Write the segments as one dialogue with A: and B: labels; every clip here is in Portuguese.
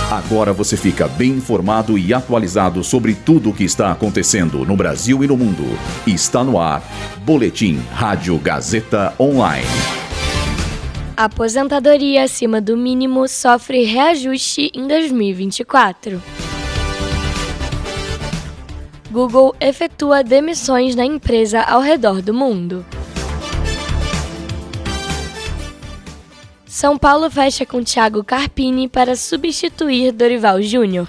A: Agora você fica bem informado e atualizado sobre tudo o que está acontecendo no Brasil e no mundo. Está no ar, Boletim Rádio Gazeta Online.
B: A aposentadoria acima do mínimo sofre reajuste em 2024. Google efetua demissões na empresa ao redor do mundo. São Paulo fecha com Thiago Carpini para substituir Dorival Júnior.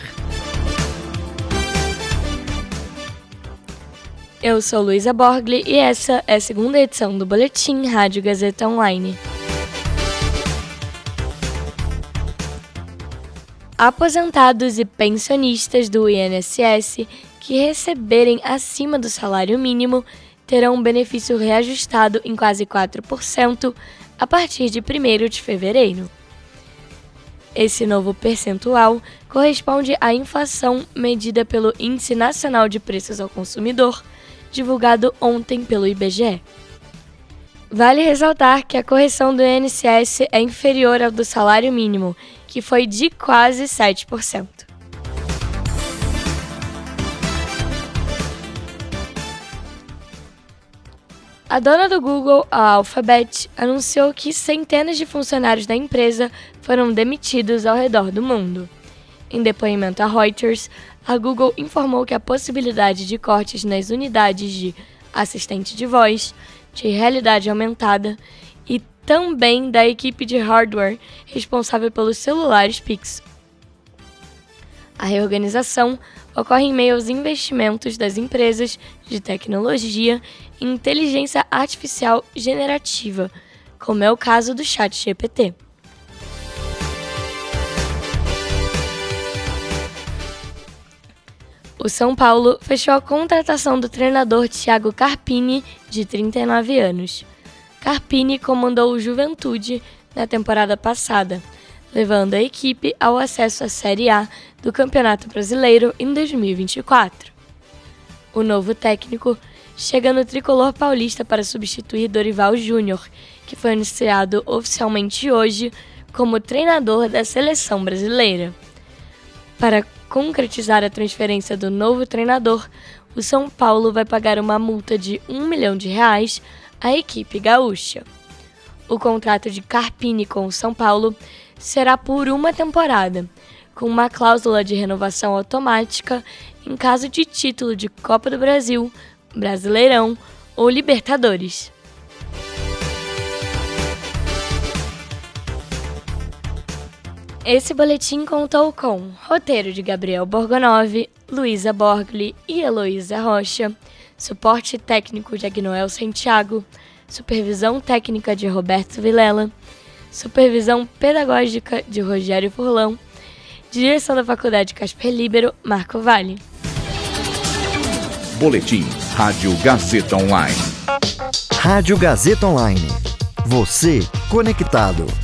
B: Eu sou Luísa Borgli e essa é a segunda edição do Boletim Rádio Gazeta Online. Aposentados e pensionistas do INSS que receberem acima do salário mínimo terão um benefício reajustado em quase 4% a partir de 1º de fevereiro. Esse novo percentual corresponde à inflação medida pelo Índice Nacional de Preços ao Consumidor, divulgado ontem pelo IBGE. Vale ressaltar que a correção do INSS é inferior ao do salário mínimo, que foi de quase 7%. A dona do Google, a Alphabet, anunciou que centenas de funcionários da empresa foram demitidos ao redor do mundo. Em depoimento a Reuters, a Google informou que a possibilidade de cortes nas unidades de assistente de voz, de realidade aumentada e também da equipe de hardware responsável pelos celulares Pixel. A reorganização ocorre em meio aos investimentos das empresas de tecnologia e inteligência artificial generativa, como é o caso do ChatGPT. O São Paulo fechou a contratação do treinador Thiago Carpini, de 39 anos. Carpini comandou o Juventude na temporada passada, levando a equipe ao acesso à Série A do Campeonato Brasileiro em 2024. O novo técnico chega no tricolor paulista para substituir Dorival Júnior, que foi anunciado oficialmente hoje como treinador da seleção brasileira. Para concretizar a transferência do novo treinador, o São Paulo vai pagar uma multa de R$1 milhão à equipe gaúcha. O contrato de Carpini com o São Paulo será por uma temporada, com uma cláusula de renovação automática em caso de título de Copa do Brasil, Brasileirão ou Libertadores. Esse boletim contou com roteiro de Gabriel Borgonov, Luísa Borgli e Heloísa Rocha, suporte técnico de Agnoel Santiago, supervisão técnica de Roberto Vilela, supervisão pedagógica de Rogério Furlão, direção da Faculdade Casper Líbero, Marco Vale.
A: Boletim Rádio Gazeta Online.
C: Rádio Gazeta Online. Você conectado.